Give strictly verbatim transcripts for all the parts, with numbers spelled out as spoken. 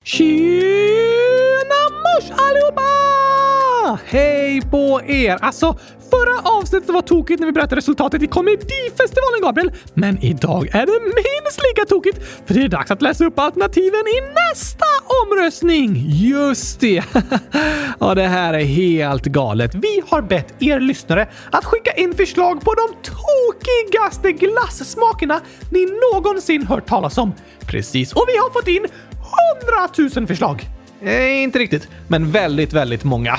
Tjena mors allihopa! Hej på er! Alltså, förra avsnittet var tokigt när vi berättade resultatet i komedifestivalen, Gabriel. Men idag är det minst lika tokigt, för det är dags att läsa upp alternativen i nästa omröstning. Just det! Ja, det här är helt galet. Vi har bett er lyssnare att skicka in förslag på de tokigaste glassmakerna ni någonsin hört talas om. Precis, och vi har fått in hundratusen förslag. Eh, inte riktigt, men väldigt, väldigt många.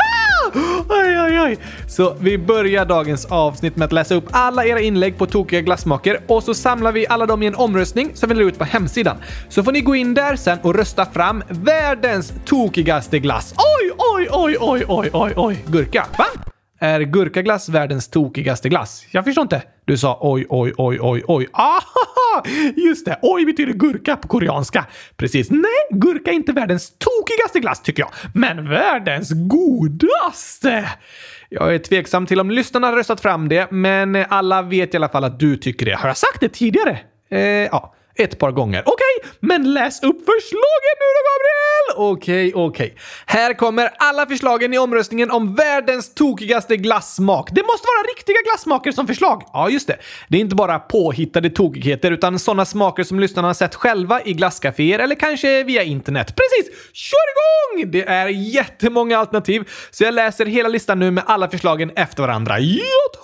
Oj, oj, oj. Så vi börjar dagens avsnitt med att läsa upp alla era inlägg på tokiga glassmaker och så samlar vi alla dem i en omröstning som vi lägger ut på hemsidan. Så får ni gå in där sen och rösta fram världens tokigaste glass. Oj, oj, oj, oj, oj, oj, oj. Gurka, va? Är gurkaglass världens tokigaste glass? Jag förstår inte. Du sa oj, oj, oj, oj, oj. Ah, just det. Oj betyder gurka på koreanska. Precis. Nej, gurka är inte världens tokigaste glass tycker jag. Men världens godaste. Jag är tveksam till om lyssnarna har röstat fram det. Men alla vet i alla fall att du tycker det. Har jag sagt det tidigare? Eh, ja. Ett par gånger. Okej, okay, men läs upp förslagen nu då, Gabriel! Okej, okay, okej. Okay. Här kommer alla förslagen i omröstningen om världens tokigaste glassmak. Det måste vara riktiga glassmaker som förslag. Ja, just det. Det är inte bara påhittade tokigheter utan sådana smaker som lyssnarna har sett själva i glasscaféer eller kanske via internet. Precis! Kör igång! Det är jättemånga alternativ så jag läser hela listan nu med alla förslagen efter varandra. Ja,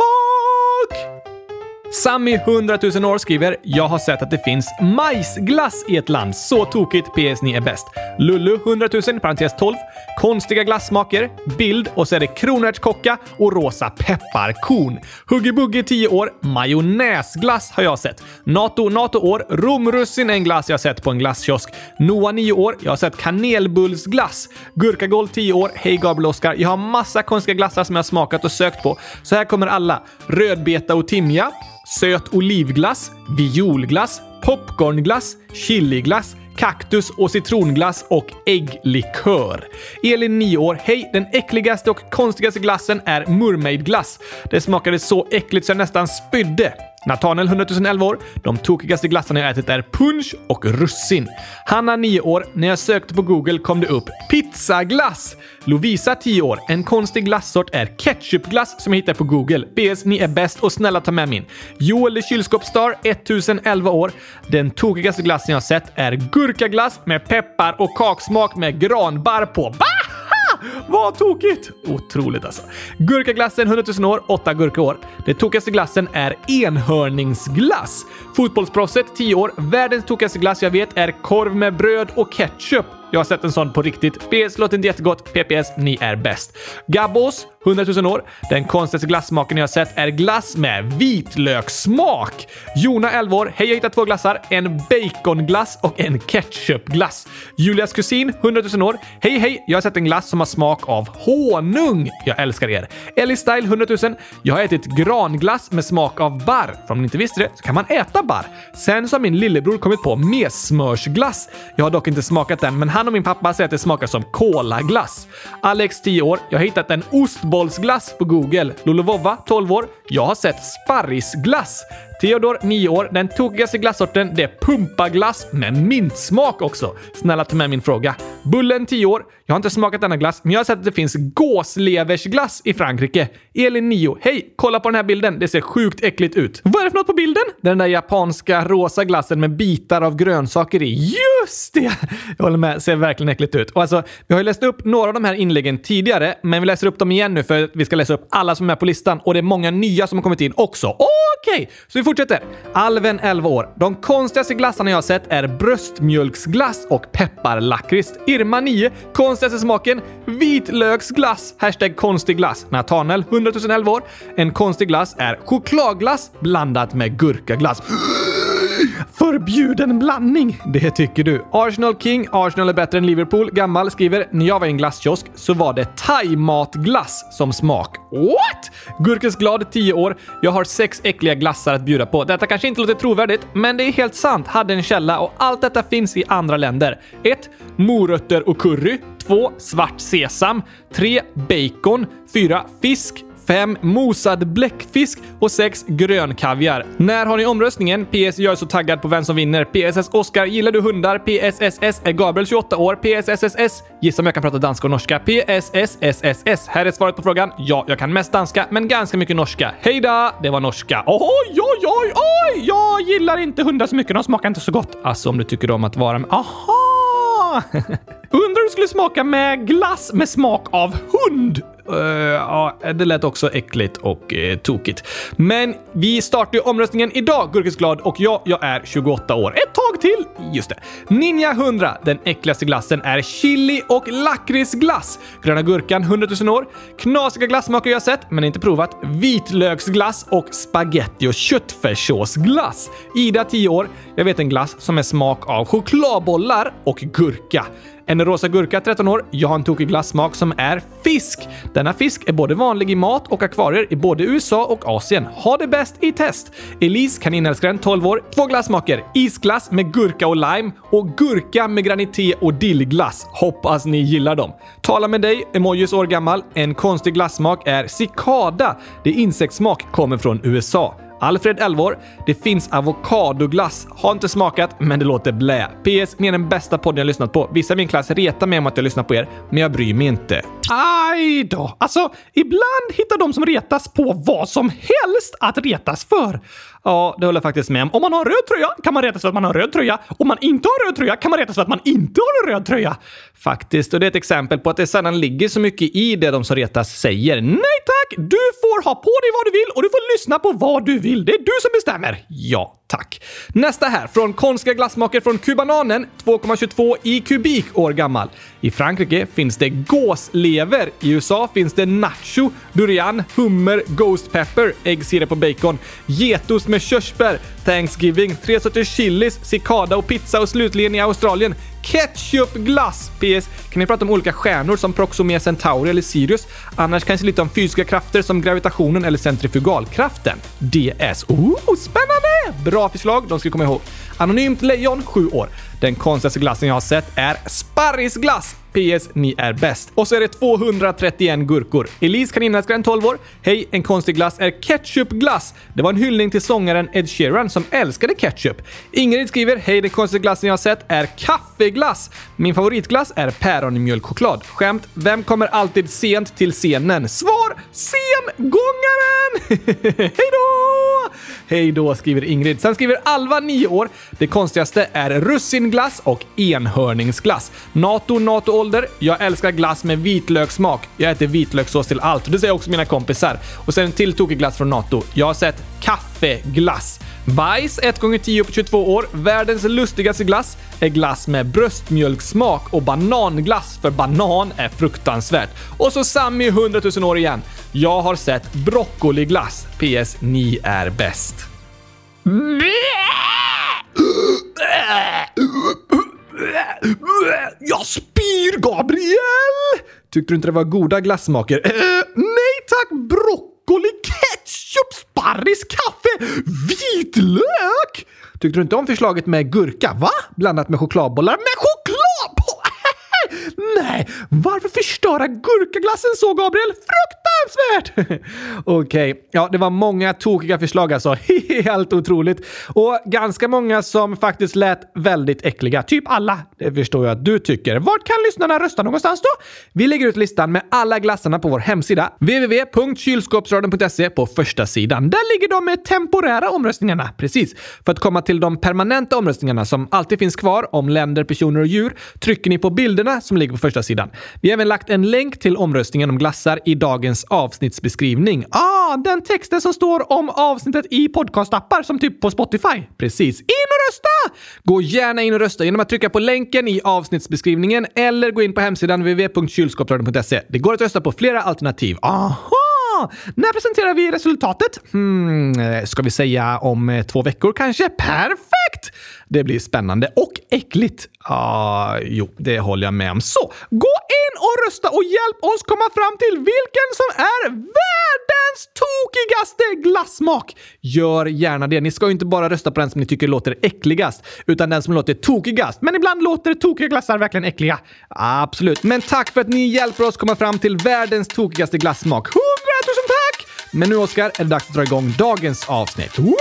tack! Sami hundratusen år skriver: jag har sett att det finns majsglass i ett land. Så tokigt, P S ni är bäst. Lullu hundratusen, parentes tolv. Konstiga glassmaker. Bild och så är det kronärtskocka och rosa pepparkorn. Huggy-buggy tio år. Majonnäsglass har jag sett. Nato Nato år. Romrussin en glass jag har sett på en glasskiosk. Noah nio år. Jag har sett kanelbullsglass. Gurkagold tio år. Hej Gabriel Oskar. Jag har massa konstiga glassar som jag har smakat och sökt på. Så här kommer alla. Rödbeta och timja. Söt olivglass, violglass, popcornglass, chiliglass, kaktus och citronglass och ägglikör. Elin nio år. Hej, den äckligaste och konstigaste glassen är mermaidglass. Det smakade så äckligt så jag nästan spydde. Nathaniel hundratusen elva år. De tokigaste glassarna jag ätit är punch och russin. Hanna nio år. När jag sökte på Google kom det upp pizzaglass. Lovisa tio år. En konstig glassort är ketchupglass som jag hittar på Google. B S ni är bäst och snälla ta med min. Joel kylskåpsstar tusen elva år. Den tokigaste glassen jag sett är gurkaglass med peppar och kaksmak med granbar på. Bah! Vad tokigt! Otroligt alltså. Gurkaglassen hundratusen år, åtta gurkaår. Det tokigaste glassen är enhörningsglass. Fotbollsproffset tio år. Världens tokigaste glass jag vet är korv med bröd och ketchup. Jag har sett en sån på riktigt. P S låter inte jättegott. P P S, ni är bäst. Gabbos, hundratusen år. Den konstigaste glassmaken jag har sett är glass med vitlökssmak. Jona, elva år. Hej, jag hittat två glassar. En baconglass och en ketchupglass. Julias kusin, hundratusen år. Hej, hej. Jag har sett en glass som har smak av honung. Jag älskar er. Ellie Style, hundratusen. Jag har ätit granglass med smak av barr. För om ni inte visste det så kan man äta barr. Sen så har min lillebror kommit på messmörsglass. Jag har dock inte smakat den, men han och min pappa säger att det smakar som kolaglass. Alex, tio år. Jag har hittat en ostbollsglass på Google. Lulovova, tolv år. Jag har sett sparrisglass. Theodor, nio år. Den tokigaste glassorten, det är pumpaglass med mintsmak också. Snälla ta med min fråga. Bullen, tio år. Jag har inte smakat denna glass, men jag har sett att det finns gåsleversglass i Frankrike. Elin, nio. Hej, kolla på den här bilden. Det ser sjukt äckligt ut. Vad är det för något på bilden? Den där japanska rosa glassen med bitar av grönsaker i. Just det! Jag håller med, ser verkligen äckligt ut. Och alltså, vi har ju läst upp några av de här inläggen tidigare, men vi läser upp dem igen nu för att vi ska läsa upp alla som är på listan. Och det är många nya som har kommit in också. Okej, okay. Så vi fortsätter. Alven, elva år. De konstigaste glassarna jag har sett är bröstmjölksglass och pepparlakrits. Irma, nio. Konstigaste smaken, vitlöksglass. Hashtag konstig glass. Nathaniel, hundratusen elva år. En konstig glass är chokladglass blandat med gurkaglass. Förbjuden blandning, det tycker du. Arsenal King, Arsenal är bättre än Liverpool. Gammal skriver, när jag var i en glasskiosk så var det thai-matglass som smak. What? Gurkes glad, tio år. Jag har sex äckliga glassar att bjuda på. Detta kanske inte låter trovärdigt, men det är helt sant. Hade en källa och allt detta finns i andra länder. ett. Morötter och curry. två. Svart sesam. tre. Bacon. fyra. Fisk. fem mosad bläckfisk och sex grön kaviar. När har ni omröstningen? P S. Jag är så taggad på vem som vinner. P S S Oskar, gillar du hundar? P S S S är Gabriel tjugoåtta år. P S S S S, gissa om jag kan prata danska och norska. P S S S S S, här är svaret på frågan. Ja, jag kan mest danska, men ganska mycket norska. Hejda, det var norska. Oj, oj, oj, oj! Jag gillar inte hundar så mycket, de smakar inte så gott. Alltså om du tycker om att vara med... Aha! Undrar du skulle smaka med glass med smak av hund. Uh, ja, det lät också äckligt och uh, tokigt. Men vi startar ju omröstningen idag, Gurkisglad, och ja, jag är tjugoåtta år. Ett tag till, just det. Ninja hundra, den äckligaste glassen är chili och lakritsglass. Gröna gurkan, hundratusen år. Knasiga glassmaker jag sett, men inte provat. Vitlöksglass och spaghetti och köttfärssåsglass. Ida, tio år. Jag vet en glass som är smak av chokladbollar och gurka. En rosa gurka, tretton år. Jag har en tokig glassmak som är fisk. Denna fisk är både vanlig i mat och akvarier i både U S A och Asien. Ha det bäst i test. Elise, kaninälskaren, tolv år. Två glassmaker. Isglass med gurka och lime och gurka med granité och dillglass. Hoppas ni gillar dem. Tala med dig, emojis år gammal. En konstig glassmak är cicada. Det insektssmak kommer från U S A. Alfred, elva år. Det finns avokadoglass. Har inte smakat, men det låter blä. P S. Ni är den bästa podden jag lyssnat på. Vissa i min klass retar mig om att jag lyssnar på er, men jag bryr mig inte. Aj då. Alltså, ibland hittar de som retas på vad som helst att retas för. Ja, det håller jag faktiskt med om. Om man har röd tröja kan man retas för att man har röd tröja. Om man inte har röd tröja kan man retas för att man inte har en röd tröja. Faktiskt, och det är ett exempel på att det sällan ligger så mycket i det de som retas säger. Nej tack, du får ha på dig vad du vill och du får lyssna på vad du vill. Det är du som bestämmer. Ja, tack. Nästa här, från konstiga glassmaker från Kubananen, två komma tjugotvå i kubik år gammal. I Frankrike finns det gåslever. I U S A finns det nacho, durian, hummer, ghost pepper, äggsirap på bacon, getost med körsbär, Thanksgiving, tre sorters chilis, cicada och pizza och slutligen i Australien ketchupglass. P S. Kan ni prata om olika stjärnor som Proximia Centauri eller Sirius? Annars kanske lite om fysiska krafter som gravitationen eller centrifugalkraften. D S. Oh, spännande! Bra förslag, de ska komma ihåg. Anonymt lejon, sju år. Den konstigaste glassen jag har sett är sparrisglass. P S. Ni är bäst. Och så är det tvåhundratrettioen gurkor. Elise, kaninälskaren, tolv år. Hej, en konstig glass är ketchupglass. Det var en hyllning till sångaren Ed Sheeran som älskade ketchup. Ingrid skriver, hej, den konstiga glassen jag har sett är kaffeglass. Min favoritglass är päronmjölkchoklad. Skämt, vem kommer alltid sent till scenen? Svar, sengångaren! Hej då! Hej då, skriver Ingrid. Sen skriver Alva, nio år. Det konstigaste är russinglass och enhörningsglass. NATO, NATO-ålder. Jag älskar glass med vitlökssmak. Jag äter vitlökssås till allt. Det säger också mina kompisar. Och sen en till tokig glass från NATO. Jag har sett kaffeglass. Bajs, ett gånger tio på tjugotvå år. Världens lustigaste glass är glass med bröstmjölkssmak och bananglass, för banan är fruktansvärt. Och så Sammy, hundratusen år igen. Jag har sett broccoliglass. P S. Ni är bäst. Jag spyr, Gabriel! Tyckte du inte det var goda glassmaker? Äh, nej tack, broccoli, ketchup, sparris, kaffe, vitlök! Tyckte du inte om förslaget med gurka, va? Blandat med chokladbollar. Med chokladbollar! Nej, varför förstöra gurkaglassen så, Gabriel? Fruktansvärt! Okej, okay. Ja, det var många tokiga förslag alltså. Helt otroligt. Och ganska många som faktiskt lät väldigt äckliga. Typ alla. Det förstår jag att du tycker. Vart kan lyssnarna rösta någonstans då? Vi lägger ut listan med alla glassarna på vår hemsida w w w punkt kylskåpsradion punkt se på första sidan. Där ligger de med temporära omröstningarna. Precis. För att komma till de permanenta omröstningarna som alltid finns kvar om länder, personer och djur trycker ni på bilderna som ligger på första sidan. Vi har även lagt en länk till omröstningen om glassar i dagens avsnittsbeskrivning. Ah, den texten som står om avsnittet i podcastappar som typ på Spotify. Precis. In och rösta! Gå gärna in och rösta genom att trycka på länken i avsnittsbeskrivningen eller gå in på hemsidan w w w punkt kylskåpsradion punkt se. Det går att rösta på flera alternativ. Aha! När presenterar vi resultatet? Hmm, ska vi säga om två veckor kanske? Perfekt! Det blir spännande och äckligt. Ja, ah, jo, det håller jag med om. Så, gå in och rösta och hjälp oss komma fram till vilken som är världens tokigaste glassmak. Gör gärna det. Ni ska ju inte bara rösta på den som ni tycker låter äckligast, utan den som låter tokigast. Men ibland låter tokiga glassar verkligen äckliga. Absolut. Men tack för att ni hjälper oss komma fram till världens tokigaste glassmak. Hundratusen tack! Men nu, Oskar, är det dags att dra igång dagens avsnitt. Woohoo!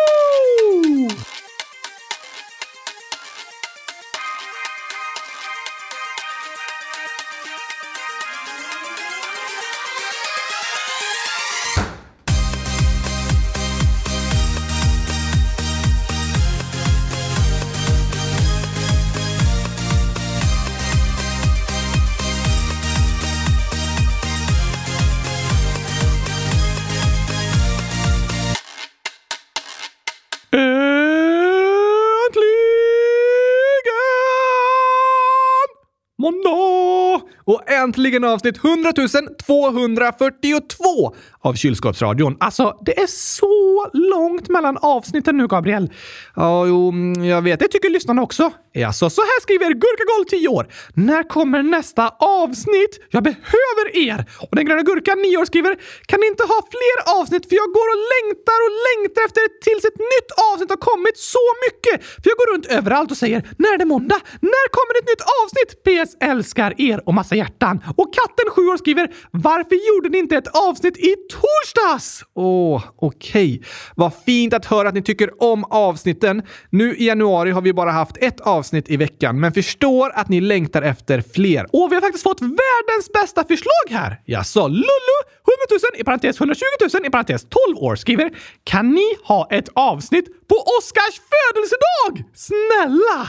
Måndag! Och äntligen avsnitt hundratusen tvåhundrafyrtiotvå av Kylskåpsradion. Alltså, det är så långt mellan avsnitten nu, Gabriel. Ja, jo, jag vet. Det tycker lyssnarna också. Alltså, så här skriver Gurkagolv tio år. När kommer nästa avsnitt? Jag behöver er! Och den gröna gurkan nio år skriver: kan ni inte ha fler avsnitt? För jag går och längtar och längtar efter tills ett nytt avsnitt har kommit så mycket. För jag går runt överallt och säger: när är det måndag? När kommer ett nytt avsnitt? P S älskar er och massa hjärtan. Och katten sju år skriver: varför gjorde ni inte ett avsnitt i torsdags? Åh, oh, okej. Okay. Vad fint att höra att ni tycker om avsnitten. Nu i januari har vi bara haft ett avsnitt i veckan, men förstår att ni längtar efter fler. Och vi har faktiskt fått världens bästa förslag här. Jag sa Lullu, hundratusen i parentes hundratjugotusen i parentes tolv år skriver: kan ni ha ett avsnitt på Oskars födelsedag? Snälla!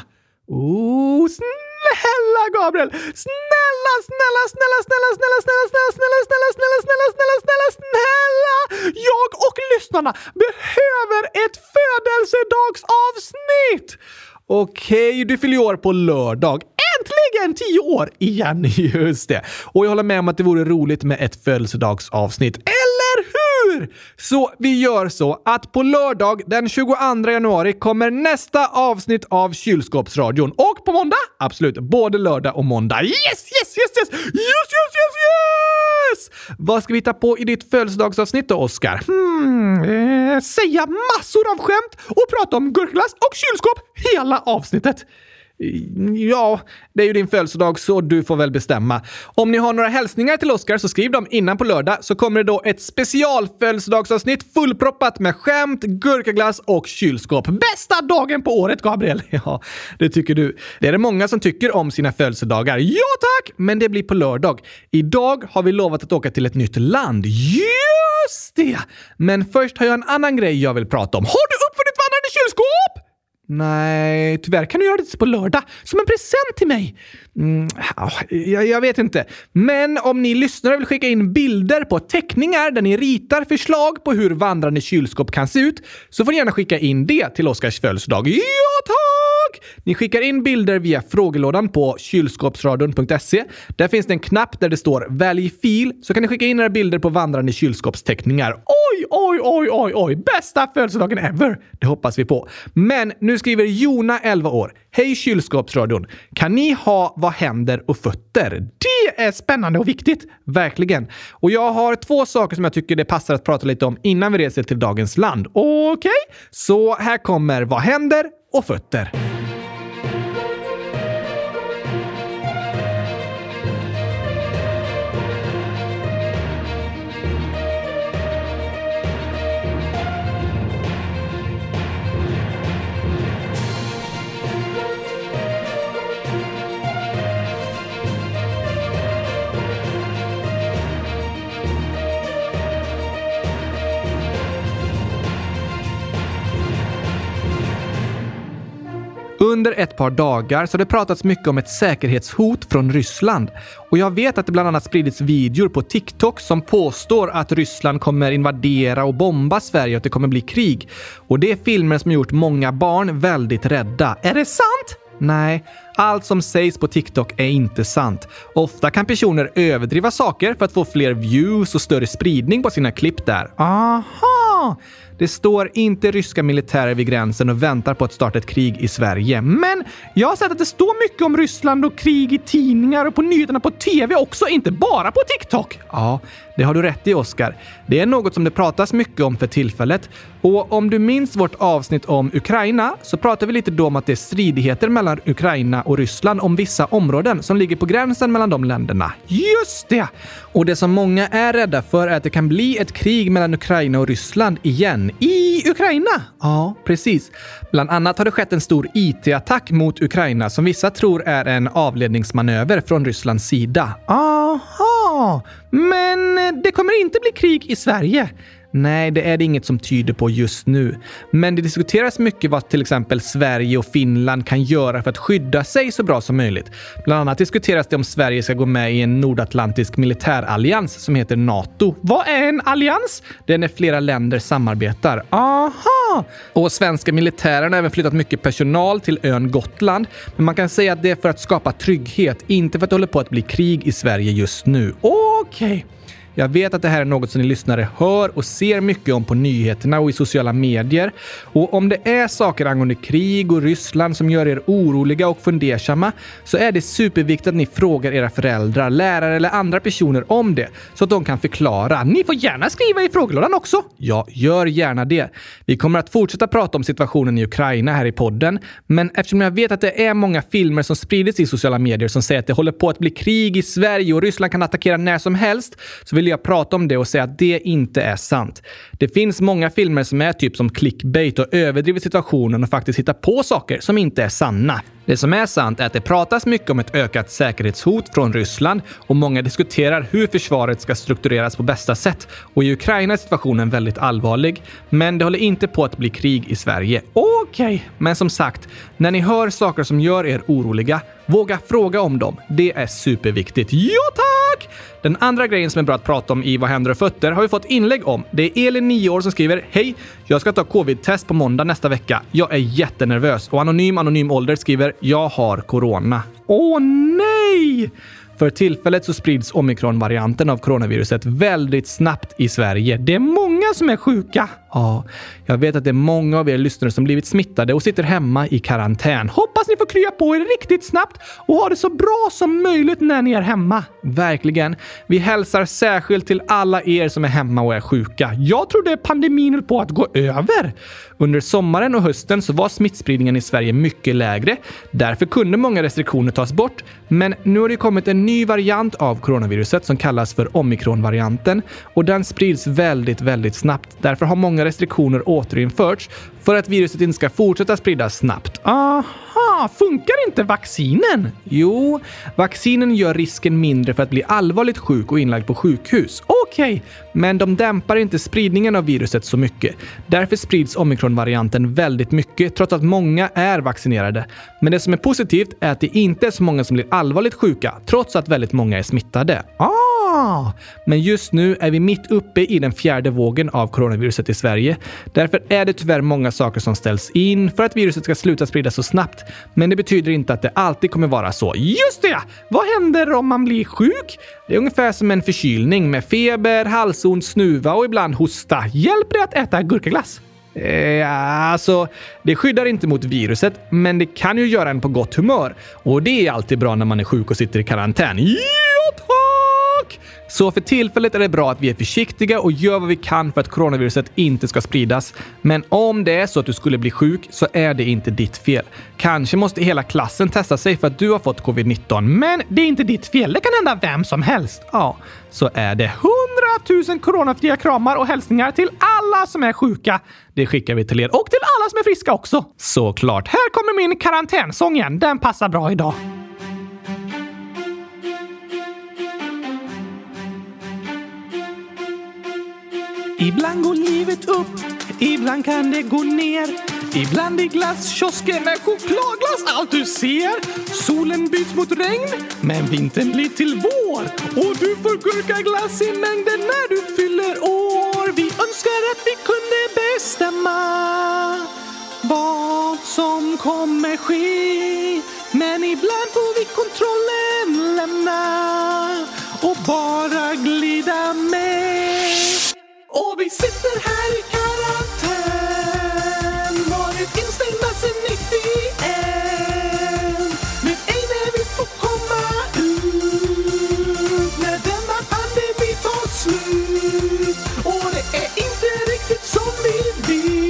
Oh, snälla Gabriel! Snälla, snälla, snälla, snälla, snälla, snälla, snälla, snälla, snälla, snälla, snälla, snälla, snälla, snälla! Jag och lyssnarna behöver ett födelsedagsavsnitt! Okej, du fyller år på lördag. Äntligen tio år igen, just det. Och jag håller med om att det vore roligt med ett födelsedagsavsnitt. Eller hur? Så vi gör så att på lördag den tjugoandra januari kommer nästa avsnitt av Kylskåpsradion. Och på måndag? Absolut, både lördag och måndag. Yes, yes, yes, yes! Yes, yes, yes, yes! Vad ska vi hitta på i ditt födelsedagsavsnitt då, Oskar? Hmm, eh, säga massor av skämt och prata om gurkglass och kylskåp hela avsnittet. Ja, det är ju din födelsedag så du får väl bestämma. Om ni har några hälsningar till Oskar så skriv dem innan på lördag, så kommer det då ett specialfödelsedagsavsnitt fullproppat med skämt, gurkaglass och kylskåp. Bästa dagen på året, Gabriel! Ja, det tycker du. Det är det många som tycker om sina födelsedagar. Ja tack! Men det blir på lördag. Idag har vi lovat att åka till ett nytt land. Just det! Men först har jag en annan grej jag vill prata om. Har du uppfunnit vandrande kylskåp? Nej, tyvärr kan du göra det på lördag. Som en present till mig. Mm, jag, jag vet inte. Men om ni lyssnare vill skicka in bilder på teckningar där ni ritar förslag på hur vandrande kylskåp kan se ut, så får ni gärna skicka in det till Oskars födelsedag. Ja tack! Ni skickar in bilder via frågelådan på kylskåpsradion punkt se. Där finns det en knapp där det står välj fil, så kan ni skicka in era bilder på vandrande kylskåpsteckningar. Oj, oj, oj, oj, oj. Bästa födelsedagen ever. Det hoppas vi på. Men nu skriver Jona, elva år. Hej Kylskåpsradion. Kan ni ha vad händer och fötter? Det är spännande och viktigt. Verkligen. Och jag har två saker som jag tycker det passar att prata lite om innan vi reser till dagens land. Okej? Okay. Så här kommer vad händer och fötter. Under ett par dagar så har det pratats mycket om ett säkerhetshot från Ryssland. Och jag vet att det bland annat spridits videor på TikTok som påstår att Ryssland kommer invadera och bomba Sverige och att det kommer bli krig. Och det är filmer som har gjort många barn väldigt rädda. Är det sant? Nej, allt som sägs på TikTok är inte sant. Ofta kan personer överdriva saker för att få fler views och större spridning på sina klipp där. Aha! Det står inte ryska militärer vid gränsen och väntar på att starta ett krig i Sverige. Men jag har sett att det står mycket om Ryssland och krig i tidningar och på nyheterna på tv också, inte bara på TikTok. Ja, det har du rätt i, Oskar. Det är något som det pratas mycket om för tillfället. Och om du minns vårt avsnitt om Ukraina så pratade vi lite då om att det är stridigheter mellan Ukraina och Ryssland om vissa områden som ligger på gränsen mellan de länderna. Just det! Och det som många är rädda för är att det kan bli ett krig mellan Ukraina och Ryssland igen. I Ukraina? Ja, precis. Bland annat har det skett en stor I T-attack mot Ukraina som vissa tror är en avledningsmanöver från Rysslands sida. Aha! Men det kommer inte bli krig i Sverige. Nej, det är det inget som tyder på just nu. Men det diskuteras mycket vad till exempel Sverige och Finland kan göra för att skydda sig så bra som möjligt. Bland annat diskuteras det om Sverige ska gå med i en nordatlantisk militärallians som heter NATO. Vad är en allians? Det är när flera länder samarbetar. Aha! Och svenska militären har även flyttat mycket personal till ön Gotland. Men man kan säga att det är för att skapa trygghet, inte för att det håller på att bli krig i Sverige just nu. Okej. Okay. Jag vet att det här är något som ni lyssnare hör och ser mycket om på nyheterna och i sociala medier. Och om det är saker angående krig och Ryssland som gör er oroliga och fundersamma så är det superviktigt att ni frågar era föräldrar, lärare eller andra personer om det så att de kan förklara. Ni får gärna skriva i frågelådan också. Ja, gör gärna det. Vi kommer att fortsätta prata om situationen i Ukraina här i podden. Men eftersom jag vet att det är många filmer som sprids i sociala medier som säger att det håller på att bli krig i Sverige och Ryssland kan attackera när som helst så vill jag prata om det och säga att det inte är sant. Det finns många filmer som är typ som clickbait och överdriver situationen och faktiskt hittar på saker som inte är sanna. Det som är sant är att det pratas mycket om ett ökat säkerhetshot från Ryssland och många diskuterar hur försvaret ska struktureras på bästa sätt. Och i Ukraina är situationen väldigt allvarlig, men det håller inte på att bli krig i Sverige. Okej, okay. Men som sagt, när ni hör saker som gör er oroliga, våga fråga om dem. Det är superviktigt. Ja tack! Den andra grejen som är bra att prata om i Vad händer och fötter har vi fått inlägg om. Det är Elin, nio år, som skriver: Hej, jag ska ta covid-test på måndag nästa vecka. Jag är jättenervös. Och Anonym Anonym Ålder skriver: Jag har corona. Åh nej! För tillfället så sprids omikron-varianten av coronaviruset väldigt snabbt i Sverige. Det är många som är sjuka. Ja, jag vet att det är många av er lyssnare som blivit smittade och sitter hemma i karantän. Hoppas ni får krya på er riktigt snabbt och ha det så bra som möjligt när ni är hemma. Verkligen. Vi hälsar särskilt till alla er som är hemma och är sjuka. Jag trodde pandemin höll på att gå över. Under sommaren och hösten så var smittspridningen i Sverige mycket lägre. Därför kunde många restriktioner tas bort. Men nu har det kommit en ny variant av coronaviruset som kallas för omikron-varianten. Och den sprids väldigt, väldigt snabbt. Därför har många restriktioner återinförts för att viruset inte ska fortsätta spridas snabbt. Aha, funkar inte vaccinen? Jo, vaccinen gör risken mindre för att bli allvarligt sjuk och inlagd på sjukhus. Okej, okay, men de dämpar inte spridningen av viruset så mycket. Därför sprids omikron-varianten väldigt mycket trots att många är vaccinerade. Men det som är positivt är att det inte är så många som blir allvarligt sjuka trots att väldigt många är smittade. Ah, men just nu är vi mitt uppe i den fjärde vågen av coronaviruset i Sverige. Därför är det tyvärr många saker som ställs in för att viruset ska sluta spridas så snabbt. Men det betyder inte att det alltid kommer vara så. Just det! Vad händer om man blir sjuk? Det är ungefär som en förkylning med feber, halsont, snuva och ibland hosta. Hjälper det att äta gurkaglass? Eh, alltså, det skyddar inte mot viruset, men det kan ju göra en på gott humör. Och det är alltid bra när man är sjuk och sitter i karantän. Ja, tack! Så för tillfället är det bra att vi är försiktiga och gör vad vi kan för att coronaviruset inte ska spridas. Men om det är så att du skulle bli sjuk så är det inte ditt fel. Kanske måste hela klassen testa sig för att du har fått covid nitton. Men det är inte ditt fel. Det kan hända vem som helst. Ja, så är det. hundratusen coronafria kramar och hälsningar till alla som är sjuka. Det skickar vi till er och till alla som är friska också. Såklart. Här kommer min karantänsång igen. Den passar bra idag. Ibland går livet upp, ibland kan det gå ner. Ibland i glasskiosken är chokladglass allt du ser. Solen byts mot regn, men vintern blir till vår. Och du får gurkaglass i mängden när du fyller år. Vi önskar att vi kunde bestämma vad som kommer ske. Men ibland får vi kontrollen lämna och bara glida med. Och vi sitter här i karantän, varit instängda sen nittioen. Men ej när vi får komma ut, när denna pandemi tar slut. Och det är inte riktigt som vi vill.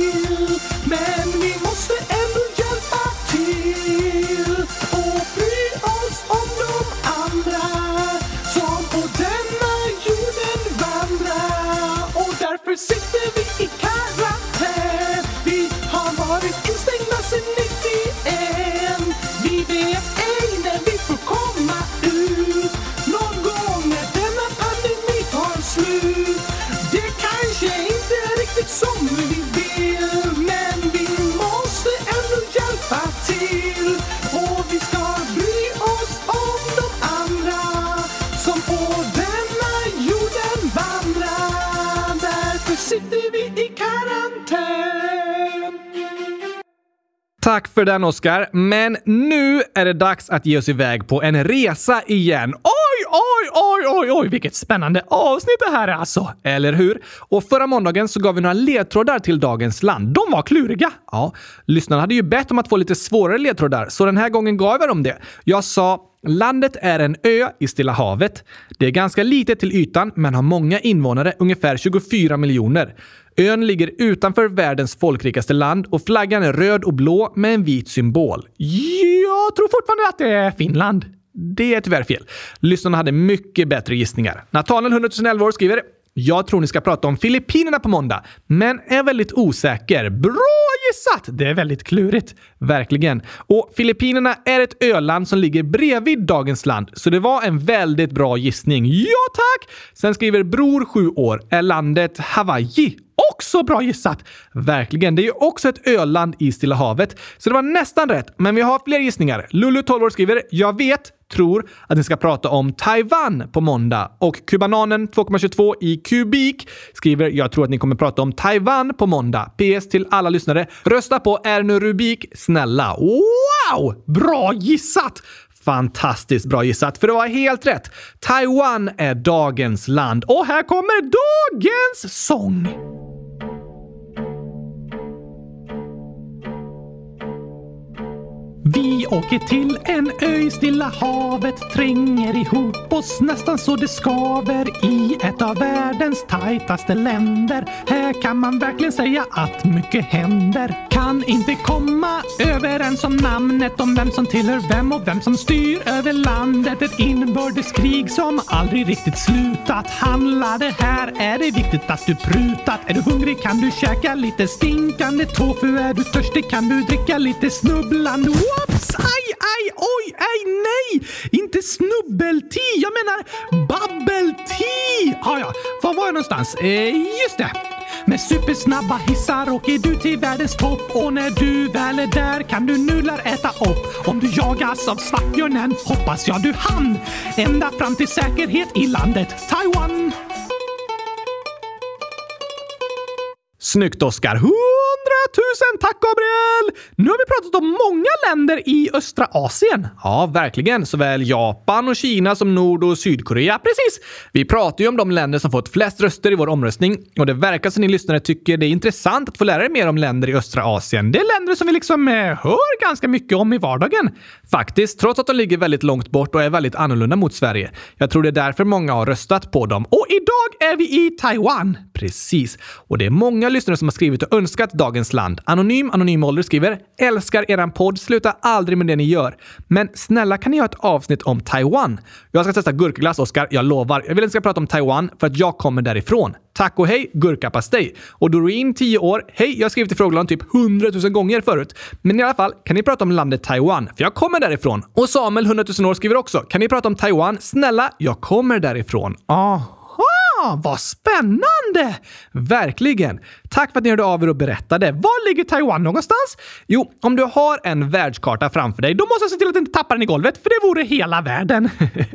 Tack för den, Oskar. Men nu är det dags att ge oss iväg på en resa igen. Oj, oj, oj, oj, oj, vilket spännande avsnitt det här är alltså. Eller hur? Och förra måndagen så gav vi några ledtrådar till dagens land. De var kluriga. Ja, lyssnarna hade ju bett om att få lite svårare ledtrådar, så den här gången gav jag dem det. Jag sa, landet är en ö i Stilla havet. Det är ganska litet till ytan, men har många invånare, ungefär tjugofyra miljoner. Ön ligger utanför världens folkrikaste land och flaggan är röd och blå med en vit symbol. Jag tror fortfarande att det är Finland. Det är tyvärr fel. Lyssnarna hade mycket bättre gissningar. Nathaniel, hundratusen elva år, skriver: jag tror ni ska prata om Filippinerna på måndag, men är väldigt osäker. Bra gissat! Det är väldigt klurigt. Verkligen. Och Filippinerna är ett öland som ligger bredvid dagens land, så det var en väldigt bra gissning. Ja, tack! Sen skriver Bror, sju år, är landet Hawaii. Också bra gissat. Verkligen. Det är ju också ett öland i Stilla havet, så det var nästan rätt, men vi har fler gissningar. Lulu, tolv år, skriver: jag vet, tror att ni ska prata om Taiwan på måndag. Och Kubananen, två komma tjugotvå i kubik, skriver: jag tror att ni kommer prata om Taiwan på måndag. P S till alla lyssnare: rösta på Erno Rubik, snälla. Wow! Bra gissat! Fantastiskt bra gissat, för det var helt rätt. Taiwan är dagens land. Och här kommer dagens sång. Vi åker till en ö i Stilla havet, tränger ihop oss nästan så det skaver i ett av världens tajtaste länder. Här kan man verkligen säga att mycket händer. Kan inte komma överens om namnet, om vem som tillhör vem och vem som styr över landet. Ett inbördeskrig som aldrig riktigt slutat. Handlar det här är det viktigt att du prutat. Är du hungrig kan du käka lite stinkande tofu. Är du törstig kan du dricka lite snubblande. Whoops! Aj, aj, oj, aj, nej! Inte snubbelti, jag menar babbelti! Ah, ja, var var jag någonstans? Eh, just det. Med supersnabba hissar åker du till världens topp. Och när du väl är där kan du nudlar äta upp. Om du jagas av svartbjörnen hoppas jag du hann ända fram till säkerhet i landet Taiwan. Snyggt, Oskar. Tusen tack, Gabriel! Nu har vi pratat om många länder i östra Asien. Ja, verkligen. Såväl Japan och Kina som Nord- och Sydkorea. Precis. Vi pratar ju om de länder som fått flest röster i vår omröstning. Och det verkar som ni lyssnare tycker det är intressant att få lära er mer om länder i östra Asien. Det är länder som vi liksom eh, hör ganska mycket om i vardagen. Faktiskt, trots att de ligger väldigt långt bort och är väldigt annorlunda mot Sverige. Jag tror det är därför många har röstat på dem. Och idag är vi i Taiwan. Precis. Och det är många lyssnare som har skrivit och önskat dagens land. Anonym, anonym ålder skriver: älskar eran podd, sluta aldrig med det ni gör. Men snälla, kan ni ha ett avsnitt om Taiwan? Jag ska testa gurkaglass, Oskar, jag lovar. Jag vill inte ska prata om Taiwan för att jag kommer därifrån. Tack och hej, gurkapastej. Och Doreen, tio år. Hej, jag har skrivit i frågelådan typ hundratusen gånger förut. Men i alla fall, kan ni prata om landet Taiwan? För jag kommer därifrån. Och Samuel, hundratusen år, skriver också: kan ni prata om Taiwan? Snälla, jag kommer därifrån. Aha! Vad spännande! Verkligen. Tack för att ni hörde av er och berättade. Var ligger Taiwan någonstans? Jo, om du har en världskarta framför dig, då måste jag se till att du inte tappar den i golvet, för det vore hela världen.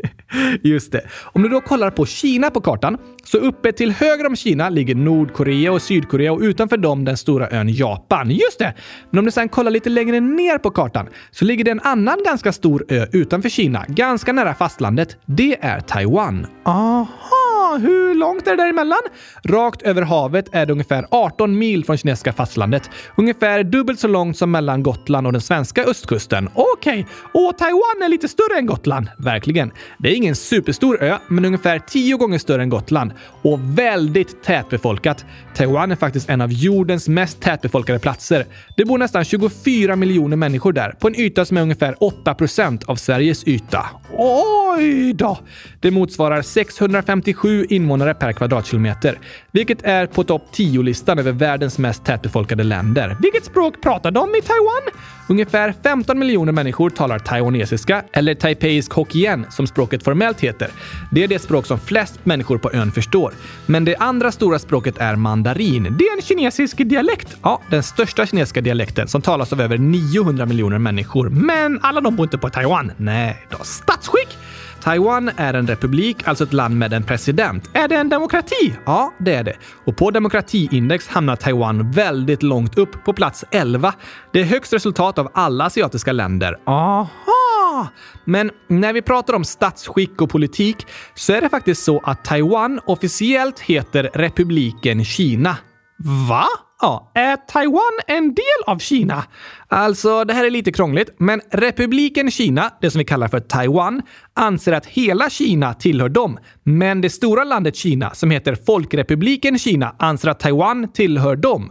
Just det. Om du då kollar på Kina på kartan, så uppe till höger om Kina ligger Nordkorea och Sydkorea och utanför dem den stora ön Japan. Just det. Men om du sedan kollar lite längre ner på kartan så ligger det en annan ganska stor ö utanför Kina, ganska nära fastlandet. Det är Taiwan. Aha, hur långt är det däremellan? Rakt över havet är det ungefär arton mil från kinesiska fastlandet. Ungefär dubbelt så långt som mellan Gotland och den svenska östkusten. Okej, okay. Och Taiwan är lite större än Gotland. Verkligen. Det är ingen superstor ö, men ungefär tio gånger större än Gotland. Och väldigt tätbefolkat. Taiwan är faktiskt en av jordens mest tätbefolkade platser. Det bor nästan tjugofyra miljoner människor där, på en yta som är ungefär åtta procent av Sveriges yta. Oj då! Det motsvarar sexhundrafemtiosju invånare per kvadratkilometer, vilket är på topp tio-listan över världens mest tätbefolkade länder. Vilket språk pratar de i Taiwan? Ungefär femton miljoner människor talar taiwanesiska, eller taipeisk hokkien som språket formellt heter. Det är det språk som flest människor på ön förstår. Men det andra stora språket är mandarin. Det är en kinesisk dialekt. Ja, den största kinesiska dialekten som talas av över niohundra miljoner människor. Men alla de bor inte på Taiwan. Nej då. Statsskick? Taiwan är en republik, alltså ett land med en president. procent. Är det en demokrati? Ja, det är det. Och på demokratiindex hamnar Taiwan väldigt långt upp på plats elva. Det är högst resultat av alla asiatiska länder. Aha! Men när vi pratar om statsskick och politik så är det faktiskt så att Taiwan officiellt heter Republiken Kina. Va? Ja, är Taiwan en del av Kina? Alltså, det här är lite krångligt, men Republiken Kina, det som vi kallar för Taiwan, anser att hela Kina tillhör dem. Men det stora landet Kina, som heter Folkrepubliken Kina, anser att Taiwan tillhör dem.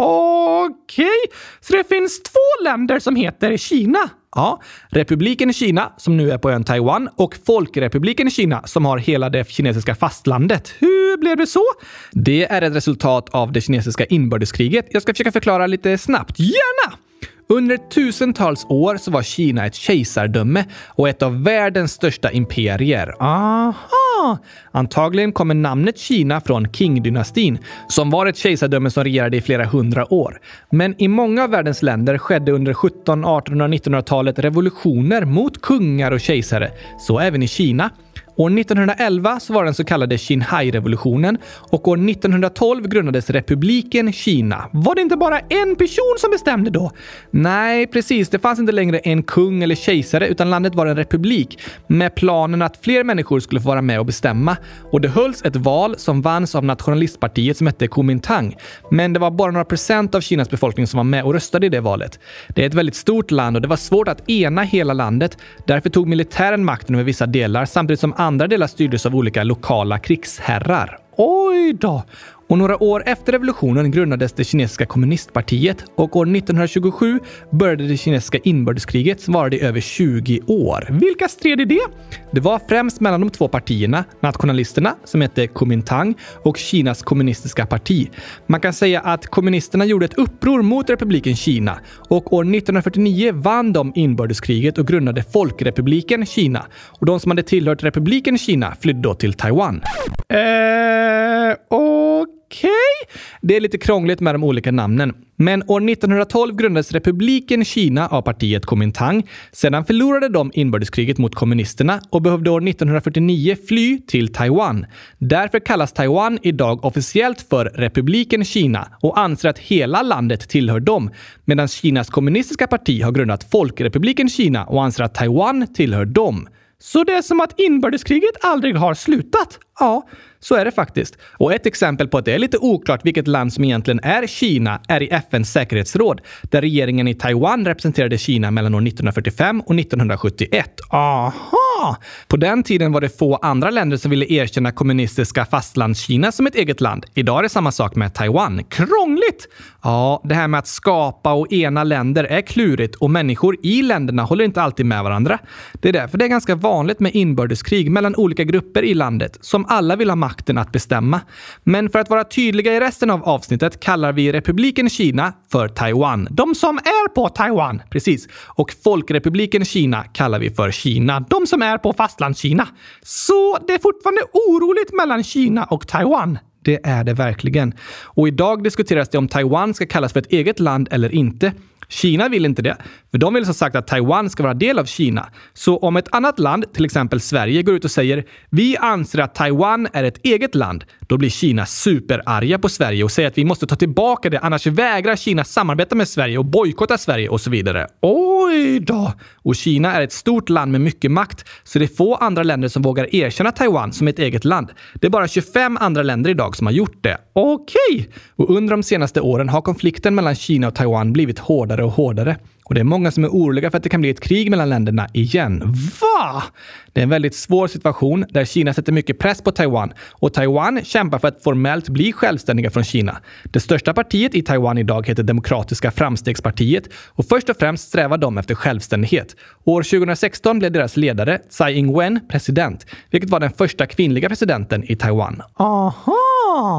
Okej, så det finns två länder som heter Kina? Ja, Republiken Kina, som nu är på ön Taiwan, och Folkrepubliken Kina, som har hela det kinesiska fastlandet. Hur blev det så? Det är ett resultat av det kinesiska inbördeskriget. Jag ska försöka förklara lite snabbt. Gärna! Under tusentals år så var Kina ett kejsardöme och ett av världens största imperier. Aha! Antagligen kommer namnet Kina från Qing-dynastin, som var ett kejsardöme som regerade i flera hundra år. Men i många av världens länder skedde under sjutton-, artonhundra- och nittonhundratalet revolutioner mot kungar och kejsare, så även i Kina. År nittonhundraelva så var den så kallade Xinhai-revolutionen och år nittonhundratolv grundades Republiken Kina. Var det inte bara en person som bestämde då? Nej, precis. Det fanns inte längre en kung eller kejsare utan landet var en republik med planen att fler människor skulle få vara med och bestämma. Och det hölls ett val som vanns av nationalistpartiet som hette Kuomintang. Men det var bara några procent av Kinas befolkning som var med och röstade i det valet. Det är ett väldigt stort land och det var svårt att ena hela landet. Därför tog militären makten över vissa delar samtidigt som andra delar styrdes av olika lokala krigsherrar. Oj då! Och några år efter revolutionen grundades det kinesiska kommunistpartiet och år nittonhundratjugosju började det kinesiska inbördeskriget som varade i över tjugo år. Vilka stred i det? Det var främst mellan de två partierna, nationalisterna som hette Kuomintang och Kinas kommunistiska parti. Man kan säga att kommunisterna gjorde ett uppror mot republiken Kina och år nittonhundrafyrtionio vann de inbördeskriget och grundade Folkrepubliken Kina. Och de som hade tillhört republiken Kina flydde då till Taiwan. Eh, okej. Okay. Det är lite krångligt med de olika namnen. Men år nittonhundratolv grundades Republiken Kina av partiet Kuomintang. Sedan förlorade de inbördeskriget mot kommunisterna och behövde år nittonhundrafyrtionio fly till Taiwan. Därför kallas Taiwan idag officiellt för Republiken Kina och anser att hela landet tillhör dem. Medan Kinas kommunistiska parti har grundat Folkrepubliken Kina och anser att Taiwan tillhör dem. Så det är som att inbördeskriget aldrig har slutat? Ja, så är det faktiskt. Och ett exempel på att det är lite oklart vilket land som egentligen är Kina är i F N:s säkerhetsråd, där regeringen i Taiwan representerade Kina mellan år nittonhundrafyrtiofem och nittonhundrasjuttioett. Aha! På den tiden var det få andra länder som ville erkänna kommunistiska fastlandskina som ett eget land. Idag är det samma sak med Taiwan. Krångligt! Ja, det här med att skapa och ena länder är klurigt och människor i länderna håller inte alltid med varandra. Det är därför det är ganska vanligt med inbördeskrig mellan olika grupper i landet som alla vill ha makten att bestämma. Men för att vara tydliga i resten av avsnittet kallar vi Republiken Kina för Taiwan. De som är på Taiwan. Precis. Och Folkrepubliken Kina kallar vi för Kina. De som är på fastlandskina. Så det är fortfarande oroligt mellan Kina och Taiwan. Det är det verkligen. Och idag diskuteras det om Taiwan ska kallas för ett eget land eller inte. Kina vill inte det, för de vill så sagt att Taiwan ska vara del av Kina. Så om ett annat land, till exempel Sverige, går ut och säger vi anser att Taiwan är ett eget land, då blir Kina superarga på Sverige och säger att vi måste ta tillbaka det, annars vägrar Kina samarbeta med Sverige och bojkotta Sverige och så vidare. Oj då! Och Kina är ett stort land med mycket makt, så det är få andra länder som vågar erkänna Taiwan som ett eget land. Det är bara tjugofem andra länder idag som har gjort det. Okej! Och under de senaste åren har konflikten mellan Kina och Taiwan blivit hårdare och hårdare. Och det är många som är oroliga för att det kan bli ett krig mellan länderna igen. Va? Det är en väldigt svår situation där Kina sätter mycket press på Taiwan. Och Taiwan kämpar för att formellt bli självständiga från Kina. Det största partiet i Taiwan idag heter Demokratiska framstegspartiet. Och först och främst strävar de efter självständighet. År tjugohundrasexton blev deras ledare, Tsai Ing-wen, president. Vilket var den första kvinnliga presidenten i Taiwan. Aha!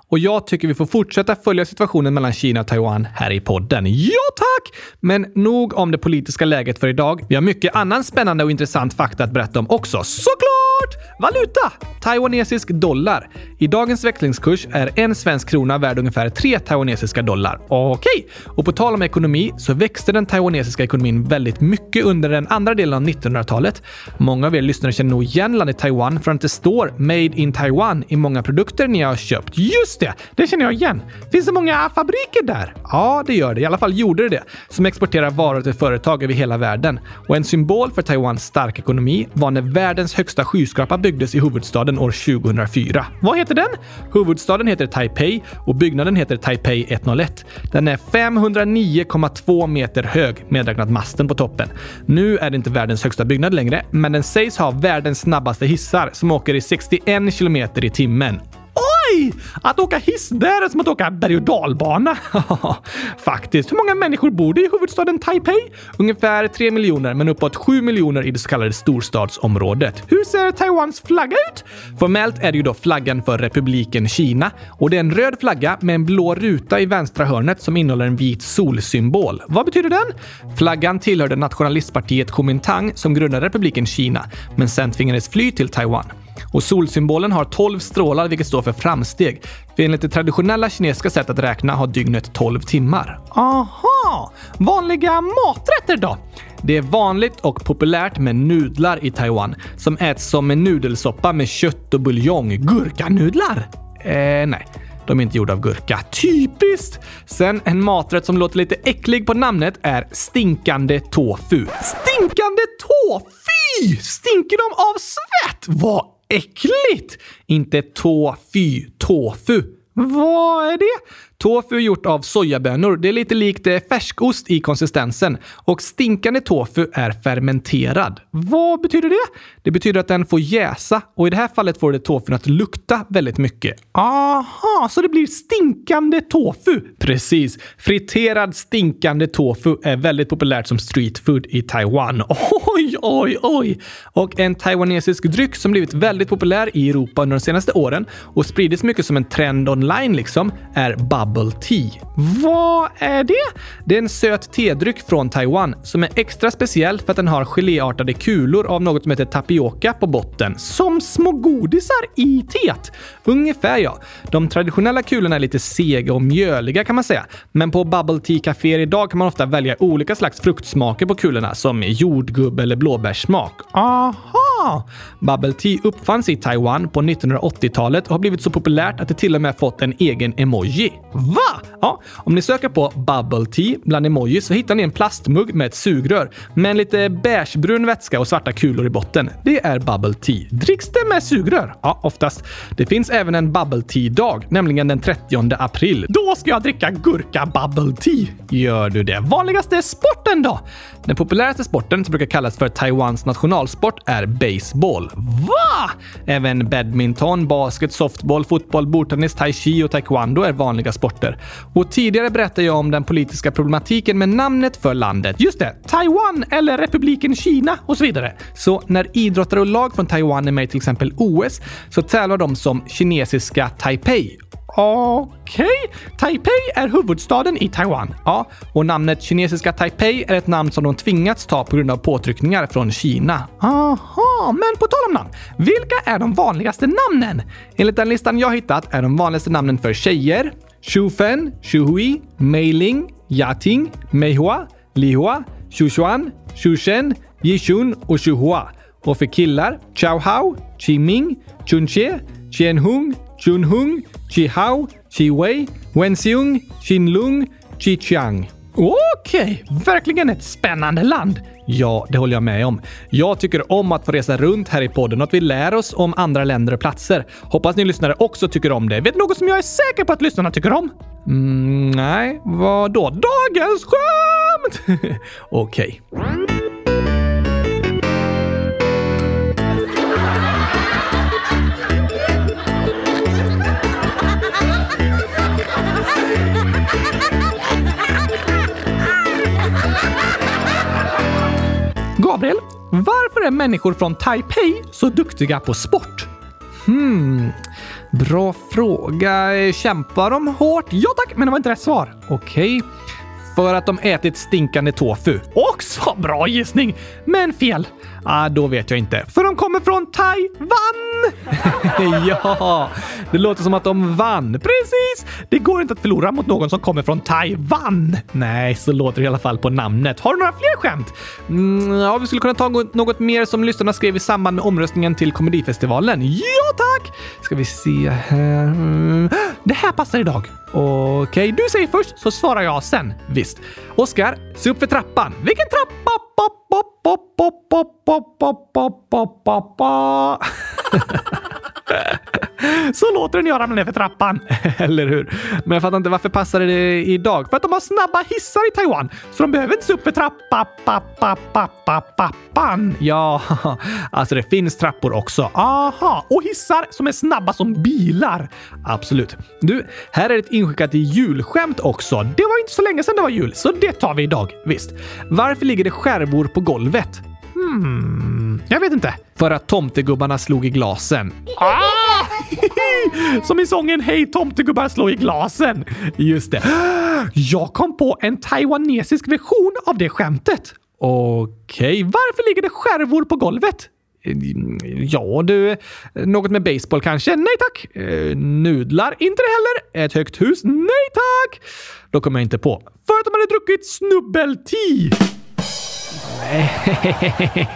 Och jag tycker vi får fortsätta följa situationen mellan Kina och Taiwan här i podden. Ja tack! Men nog om det politiska läget för idag. Vi har mycket annan spännande och intressant fakta att berätta om också. Såklart! Valuta! Taiwanesisk dollar. I dagens växlingskurs är en svensk krona värd ungefär tre taiwanesiska dollar. Okej! Och på tal om ekonomi så växte den taiwanesiska ekonomin väldigt mycket under den andra delen av nittonhundratalet. Många av er lyssnare känner nog igen landet Taiwan från att det står Made in Taiwan i många produkter ni har köpt. Just det, det känner jag igen. Finns det många fabriker där? Ja, det gör det. I alla fall gjorde det det. Som exporterar varor till företag över hela världen. Och en symbol för Taiwans starka ekonomi var när världens högsta skyskrapa byggdes i huvudstaden år tjugohundrafyra. Vad heter den? Huvudstaden heter Taipei och byggnaden heter Taipei etthundraett. Den är femhundranio komma två meter hög medräknat masten på toppen. Nu är det inte världens högsta byggnad längre, men den sägs ha världens snabbaste hissar som åker i sextioen kilometer i timmen. Oj! Att åka hiss där är som att åka berg- och dalbana. Faktiskt. Hur många människor bor det i huvudstaden Taipei? Ungefär tre miljoner, men uppåt sju miljoner i det så kallade storstadsområdet. Hur ser Taiwans flagga ut? Formellt är det ju då flaggan för republiken Kina. Och det är en röd flagga med en blå ruta i vänstra hörnet som innehåller en vit solsymbol. Vad betyder den? Flaggan tillhörde nationalistpartiet Kuomintang som grundade republiken Kina, men sen tvingades fly till Taiwan. Och solsymbolen har tolv strålar vilket står för framsteg. För enligt det traditionella kinesiska sättet att räkna har dygnet tolv timmar. Aha! Vanliga maträtter då? Det är vanligt och populärt med nudlar i Taiwan som äts som en nudelsoppa med kött och buljong. Gurkanudlar? Eh, nej. De är inte gjorda av gurka. Typiskt! Sen en maträtt som låter lite äcklig på namnet är stinkande tofu. Stinkande tofu! Stinker de av svett? Vad äckligt! Inte tofu, tofu. Vad är det? Tofu är gjort av sojabönor. Det är lite likt färskost i konsistensen. Och stinkande tofu är fermenterad. Vad betyder det? Det betyder att den får jäsa. Och i det här fallet får det tofun att lukta väldigt mycket. Aha, så det blir stinkande tofu? Precis. Friterad stinkande tofu är väldigt populärt som street food i Taiwan. Oj, oj, oj. Och en taiwanesisk dryck som blivit väldigt populär i Europa under de senaste åren och spridits mycket som en trend online liksom är bubble tea. Vad är det? Det är en söt tedryck från Taiwan som är extra speciell för att den har geléartade kulor av något som heter tapioca på botten. Som små godisar i teet? Ungefär ja. De traditionella kulorna är lite sega och mjöliga kan man säga. Men på bubble tea-caféer idag kan man ofta välja olika slags fruktsmaker på kulorna som jordgubb eller blåbärssmak. Aha! Bubble tea uppfanns i Taiwan på nittonhundraåttiotalet och har blivit så populärt att det till och med fått en egen emoji. Va? Ja, om ni söker på bubble tea bland emojis så hittar ni en plastmugg med ett sugrör med en lite beigebrun vätska och svarta kulor i botten. Det är bubble tea. Dricks det med sugrör? Ja, oftast. Det finns även en bubble tea-dag, nämligen den trettionde april. Då ska jag dricka gurka bubble tea. Gör du det? Vanligaste sporten då? Den populäraste sporten som brukar kallas för Taiwans nationalsport är baseball. Va? Även badminton, basket, softball, fotboll, bordtennis, tai chi och taekwondo är vanliga sporter. Och tidigare berättade jag om den politiska problematiken med namnet för landet. Just det, Taiwan eller republiken Kina och så vidare. Så när idrottare och lag från Taiwan är med i till exempel O S så tävlar de som kinesiska Taipei. Okej, okay. Taipei är huvudstaden i Taiwan. Ja, och namnet kinesiska Taipei är ett namn som de tvingats ta på grund av påtryckningar från Kina. Aha, men på tal om namn. Vilka är de vanligaste namnen? Enligt den listan jag hittat är de vanligaste namnen för tjejer Shufen, Shuhui, Meiling, Yating, Meihua, Lihua, Shushuan, Shushen, Yishun och Shuhua. Och för killar Chaohao, Chiming, Chunche, Qianhung, Chunhung, Chihao, Chiwei, Wenxiung, Qinlung, Chichiang. Okej, verkligen ett spännande land. Ja, det håller jag med om. Jag tycker om att få resa runt här i podden och att vi lär oss om andra länder och platser. Hoppas ni lyssnare också tycker om det. Vet du något som jag är säker på att lyssnarna tycker om? Mm, nej, vad då? Dagens skämt! Okej. Gabriel, varför är människor från Taipei så duktiga på sport? Hmm. Bra fråga. Kämpar de hårt? Ja tack, men det var inte rätt svar. Okej. För att de ätit stinkande tofu. Också bra gissning, men fel. Ah, då vet jag inte. För de kommer från Taiwan! Ja, det låter som att de vann. Precis! Det går inte att förlora mot någon som kommer från Taiwan. Nej, så låter det i alla fall på namnet. Har du några fler skämt? Mm, ja, vi skulle kunna ta något mer som lyssnarna skrev i samband med omröstningen till Komedifestivalen. Ja, tack! Ska vi se här. Det här passar idag. Okej, okay, du säger först så svarar jag sen. Visst. Oskar, se upp för trappan. Vilken trappa? Pop, pop, pop, pop, pop, pop, pop, pop, pop, pop, pop. Så låter den göra ner för trappan. Eller hur? Men jag fattar inte, varför passar det idag? För att de har snabba hissar i Taiwan. Så de behöver inte se upp för trappa, pappa, pappa, pappan. Ja, alltså det finns trappor också. Aha, och hissar som är snabba som bilar. Absolut. Du, här är ett inskickat julskämt också. Det var inte så länge sedan det var jul, så det tar vi idag. Visst. Varför ligger det skärvor på golvet? Hmm, jag vet inte. För att tomtegubbarna slog i glasen. Ah! Som i sången Hej tomtegubbar slå i glasen. Just det. Jag kom på en taiwanesisk version av det skämtet. Okej, okay. Varför ligger det skärvor på golvet? Ja, du. Något med baseball kanske? Nej tack. Eh, nudlar? Inte det heller. Ett högt hus? Nej tack. Då kommer jag inte på. För att de hade druckit snubbelti. Nej.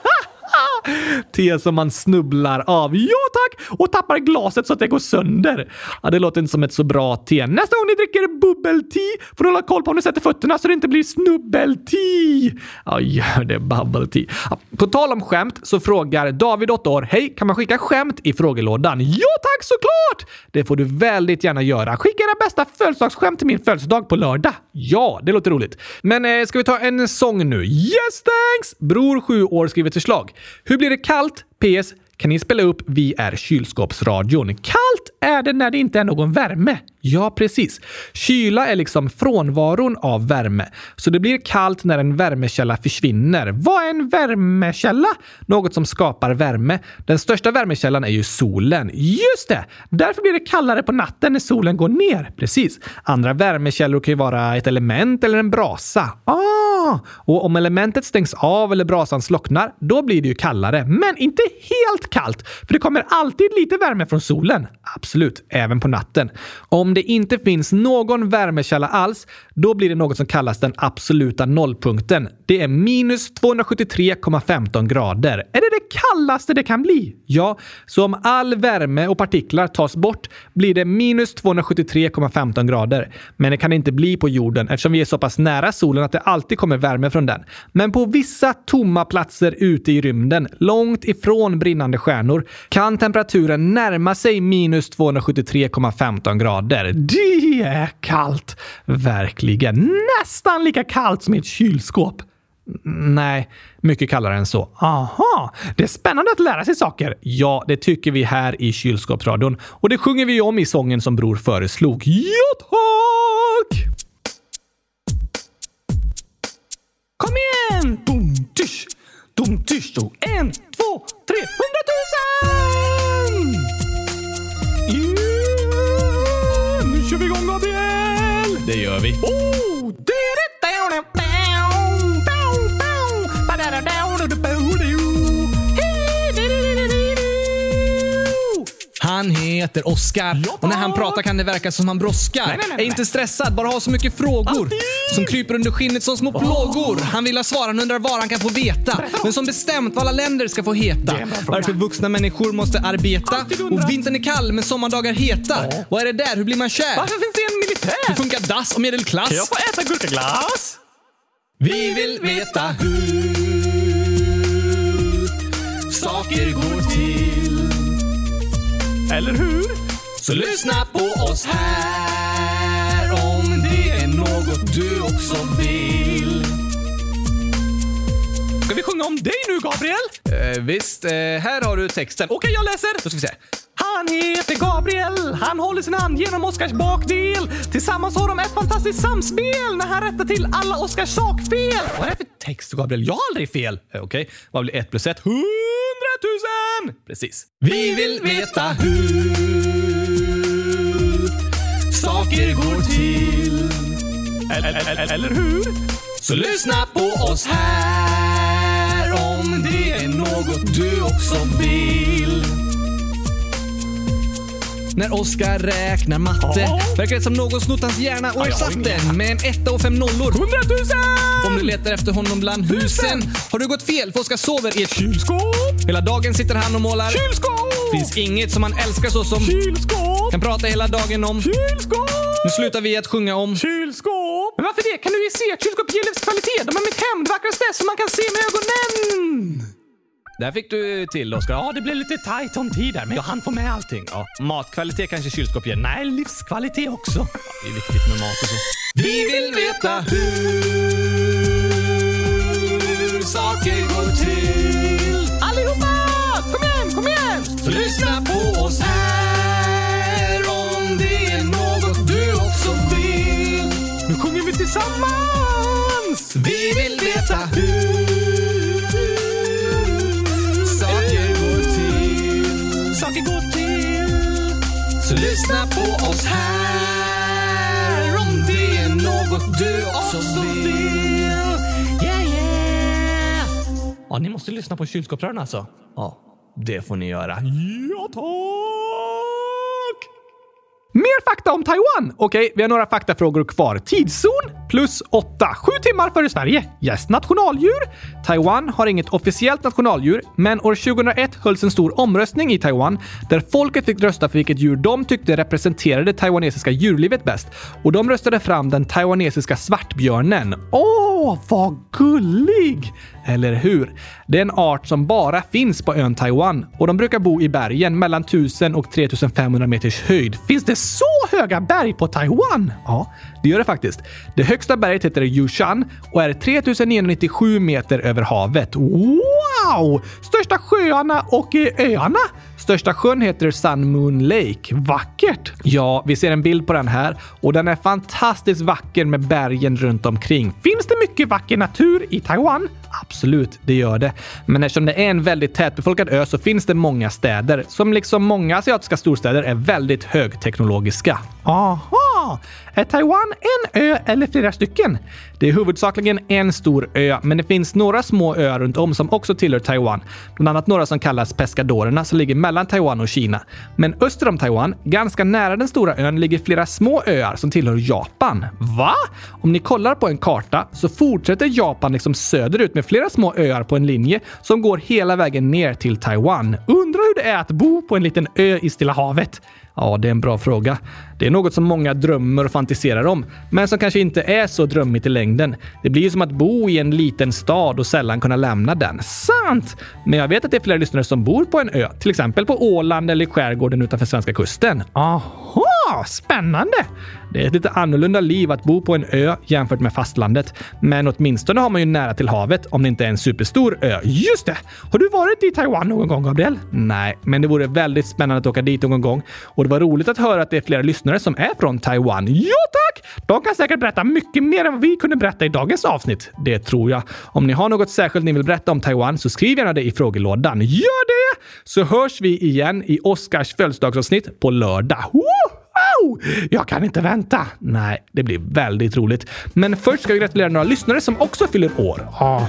Te som man snubblar av. Ja tack! Och tappar glaset så att det går sönder. Ja, det låter inte som ett så bra te. Nästa gång ni dricker bubbeltea får du hålla koll på om ni sätter fötterna så det inte blir snubbeltea. Ja, gör det, bubble tea. Ja, på tal om skämt så frågar David, åtta år. Hej, kan man skicka skämt i frågelådan? Ja tack, såklart! Det får du väldigt gärna göra. Skicka era bästa födelsedagsskämt till min födelsedag på lördag. Ja, det låter roligt. Men eh, ska vi ta en sång nu? Yes, thanks! Bror, sju år, skriver ett förslag. Hur blir det kallt? P S. Kan ni spela upp Vi är kylskåpsradion? Kallt är det när det inte är någon värme. Ja, precis. Kyla är liksom frånvaron av värme. Så det blir kallt när en värmekälla försvinner. Vad är en värmekälla? Något som skapar värme. Den största värmekällan är ju solen. Just det! Därför blir det kallare på natten när solen går ner. Precis. Andra värmekällor kan ju vara ett element eller en brasa. Ah! Och om elementet stängs av eller brasan slocknar, då blir det ju kallare. Men inte helt kallt, för det kommer alltid lite värme från solen. Absolut, även på natten. Om det inte finns någon värmekälla alls, då blir det något som kallas den absoluta nollpunkten. Det är minus tvåhundrasjuttiotre komma femton grader. Är det det kallaste det kan bli? Ja, så om all värme och partiklar tas bort blir det minus tvåhundrasjuttiotre komma femton grader. Men det kan inte bli på jorden eftersom vi är så pass nära solen att det alltid kommer värme från den. Men på vissa tomma platser ute i rymden, långt ifrån brinnande stjärnor, kan temperaturen närma sig minus tvåhundrasjuttiotre komma femton grader. Det är kallt. Verkligen. Nästan lika kallt som ett kylskåp. Nej, mycket kallare än så. Aha, det är spännande att lära sig saker. Ja, det tycker vi här i kylskåpsradion. Och det sjunger vi om i sången som Bror föreslog. Ja, tack! Kom igen! Dum, tysch, dum, tysch, då. En, två, tre, hundratusen! Yeah! Nu kör vi igång, Gabriel! Det gör vi. Oh, det är det! Han heter Oskar. Ja, och när han pratar kan det verka som han brådskar. Nej, nej, nej, är inte stressad, bara har så mycket frågor. Alltid. Som kryper under skinnet som små plågor. Han vill ha svar, han undrar var han kan få veta. Men som bestämt vad alla länder ska få heta. Varför vuxna människor måste arbeta. Och vintern är kall men sommardagar heta. Ja. Vad är det där? Hur blir man kär? Varför finns det en militär? Hur funkar dass och medelklass? Kan jag få äta gurkaglass? Vi vill veta hur saker går till. Eller hur? Så lyssna på oss här om det är något du också vill. Ska vi sjunga om dig nu, Gabriel? Eh, visst, eh, här har du texten. Okej, jag läser. Då ska vi se. Han heter Gabriel, han håller sin hand genom Oskars bakdel. Tillsammans har de ett fantastiskt samspel när han rättar till alla Oskars sakfel. Vad är det för text, Gabriel? Jag har aldrig fel. Eh, Okej, vad blir ett plus ett? Hundratusen! hundratusen! Precis. Vi vill veta hur saker går till. Eller, eller, eller hur? Så lyssna på oss här om det är något du också vill. När Oskar räknar matte Ja. verkar det som någon snott hans hjärna och Ja, jag har ersatt ingen den med en etta och fem nollor. Hundratusen! Om du letar efter honom bland husen har du gått fel, för Oskar sover i ett Kylskåp! Hela dagen sitter han och målar. Kylskåp! Finns inget som han älskar så som Kylskåp! kan prata hela dagen om. Kylskåp! Nu slutar vi att sjunga om. Kylskåp! Men varför det? Kan du ju se att kylskåp ger livskvalitet. De är mitt hem, det vackraste som man kan se med ögonen. Där fick du till, Oskar. Ja, det blev lite tajt om tid där, men jag hann få med allting. Ja, matkvalitet kanske kylskåp ger. Nej, Nej, livskvalitet också. det är viktigt med mat och så. Vi vill veta hur saker går till. Allihopa! Kom igen, kom igen! Så lyssna på oss här om det är något du också vill. Nu sjunger vi tillsammans! Vi vill veta hur saker går till. Saker går till. Så lyssna på oss här om det är något du också vill. Yeah, yeah! Ja, ni måste lyssna på kylskåpsrören alltså. Ja, det får ni göra. Ja, tack! Mer fakta om Taiwan. Okej, vi har några faktafrågor kvar. Tidszon plus åtta. Sju timmar före Sverige. Yes, nationaldjur. Taiwan har inget officiellt nationaldjur, men år tjugohundraett hölls en stor omröstning i Taiwan där folket fick rösta för vilket djur de tyckte representerade taiwanesiska djurlivet bäst. Och de röstade fram den taiwanesiska svartbjörnen. Åh, vad gullig! Eller hur? Det är en art som bara finns på ön Taiwan och de brukar bo i bergen mellan tusen och tre tusen femhundra meters höjd. Finns det så höga berg på Taiwan? Ja, det gör det faktiskt. Det högsta berget heter Yushan och är tre tusen niohundranittiosju meter över havet. Wow! Största sjöarna och eh, öarna? Största sjön heter Sun Moon Lake. Vackert! Ja, vi ser en bild på den här och den är fantastiskt vacker med bergen runt omkring. Finns det mycket vacker natur i Taiwan? Absolut, det gör det. Men eftersom det är en väldigt tätbefolkad ö så finns det många städer som liksom många asiatiska storstäder är väldigt högteknologiska. Aha! Är Taiwan en ö eller flera stycken? Det är huvudsakligen en stor ö, men det finns några små öar runt om som också tillhör Taiwan. Bland annat några som kallas Pescadorerna som ligger mellan Taiwan och Kina. Men öster om Taiwan, ganska nära den stora ön, ligger flera små öar som tillhör Japan. Va? Om ni kollar på en karta så fortsätter Japan liksom söderut med flera små öar på en linje som går hela vägen ner till Taiwan. Undrar hur det är att bo på en liten ö i Stilla havet. Ja, det är en bra fråga. Det är något som många drömmer och fantiserar om, men som kanske inte är så drömmigt i längden. Det blir ju som att bo i en liten stad och sällan kunna lämna den. Sant! Men jag vet att det är flera lyssnare som bor på en ö, till exempel på Åland eller i skärgården utanför svenska kusten. Aha, spännande! Det är ett lite annorlunda liv att bo på en ö jämfört med fastlandet. Men åtminstone har man ju nära till havet om det inte är en superstor ö. Just det! Har du varit i Taiwan någon gång, Gabriel? Nej, men det vore väldigt spännande att åka dit någon gång. Och det var roligt att höra att det är flera lyssnare som är från Taiwan. Ja, tack! De kan säkert berätta mycket mer än vad vi kunde berätta i dagens avsnitt. Det tror jag. Om ni har något särskilt ni vill berätta om Taiwan så skriv gärna det i frågelådan. Gör det! Så hörs vi igen i Oskars födelsedagsavsnitt på lördag. Wow! Jag kan inte vänta. Nej, det blir väldigt roligt. Men först ska vi gratulera några lyssnare som också fyller år. Aha!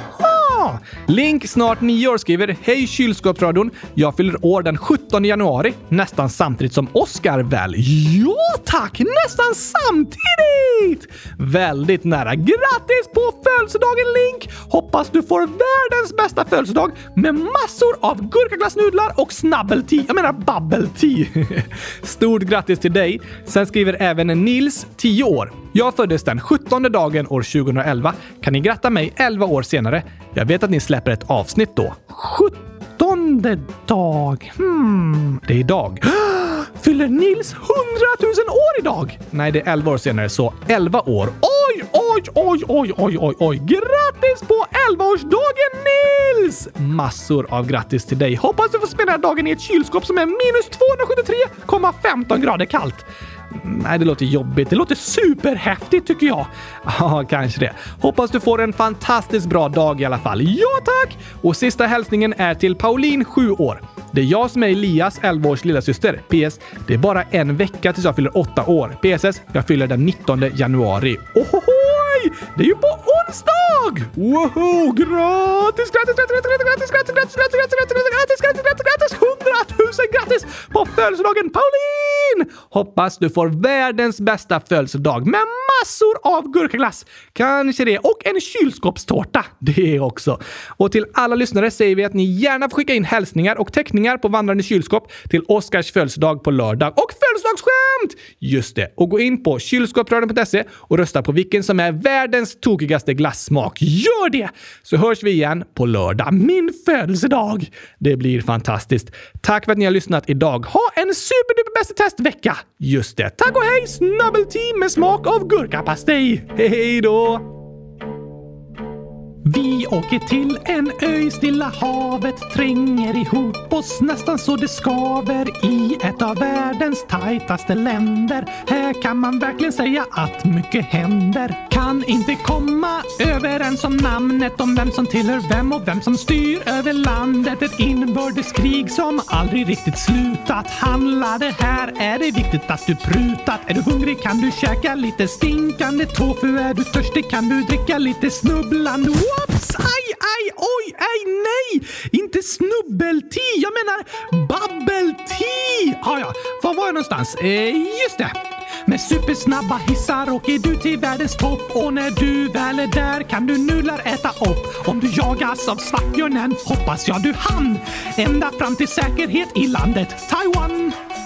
Link, snart nio år, skriver: Hej kylskåpsradion, jag fyller år den sjuttonde januari, nästan samtidigt som Oskar väl. Ja tack, nästan samtidigt! Väldigt nära. Grattis på födelsedagen, Link! Hoppas du får världens bästa födelsedag med massor av gurkaglassnudlar och snabbeltea. Jag menar bubble tea. Stort grattis till dig. Sen skriver även Nils, tio år. Jag föddes den sjuttonde dagen år tjugohundraelva. Kan ni gratta mig elva år senare? Jag vet att ni släpper ett avsnitt då. sjuttonde dag. Hmm. Det är idag. Fyller Nils hundratusen år idag? Nej, det är elva år senare, så elva år. Oj, oj, oj, oj, oj, oj, oj. Grattis på elvaårsdagen, Nils! Massor av grattis till dig. Hoppas du får spendera dagen i ett kylskåp som är minus tvåhundrasjuttiotre komma femton grader kallt. Nej, det låter jobbigt. Det låter superhäftigt tycker jag. Ja, kanske det. Hoppas du får en fantastiskt bra dag i alla fall. Ja, tack! Och sista hälsningen är till Pauline, sju år. Det är jag som är Elias, elva års lilla syster. P S. Det är bara en vecka tills jag fyller åtta år. P S S. Jag fyller den nittonde januari. Ohohoj! Det är ju på onsdag! Woho! Gratis, gratis, gratis, gratis, gratis, gratis, gratis, gratis, gratis, gratis, gratis, gratis, gratis, hundratusen grattis på födelsedagen, Pauline! Hoppas du får världens bästa födelsedag med massor av gurkaglass. Kanske det. Och en kylskåpstårta. Det också. Och till alla lyssnare säger vi att ni gärna får skicka in hälsningar och teckningar på vandrande kylskåp till Oskars födelsedag på lördag. Och födelsedagsskämt! Just det. Och gå in på kylskåpsradion punkt se och rösta på vilken som är världens tokigaste glassmak. Gör det! Så hörs vi igen på lördag. Min födelsedag. Det blir fantastiskt. Tack för att ni har lyssnat idag. Ha en superduper bästa testvecka. Just det. Tack och hej! Snubbelteam med smak av gurkapastej. Hej då! Vi åker till en ö i Stilla havet, tränger ihop oss nästan så det skaver i ett av världens tajtaste länder. Här kan man verkligen säga att mycket händer. Kan inte komma överens om namnet, om vem som tillhör vem och vem som styr över landet. Ett inbördeskrig som aldrig riktigt slutat. Handlar det här är det viktigt att du prutat. Är du hungrig kan du käka lite stinkande tofu. Är du törstig kan du dricka lite snubblande. Whoops! Aj, aj, oj, aj, nej! Inte snubbelti, jag menar babbelti! Ah, ja, var var jag någonstans? Eh, just det. Med supersnabba hissar åker du till världens topp. Och när du väl är där kan du nudlar äta upp. Om du jagas av svartbjörnen hoppas jag du hann ända fram till säkerhet i landet Taiwan.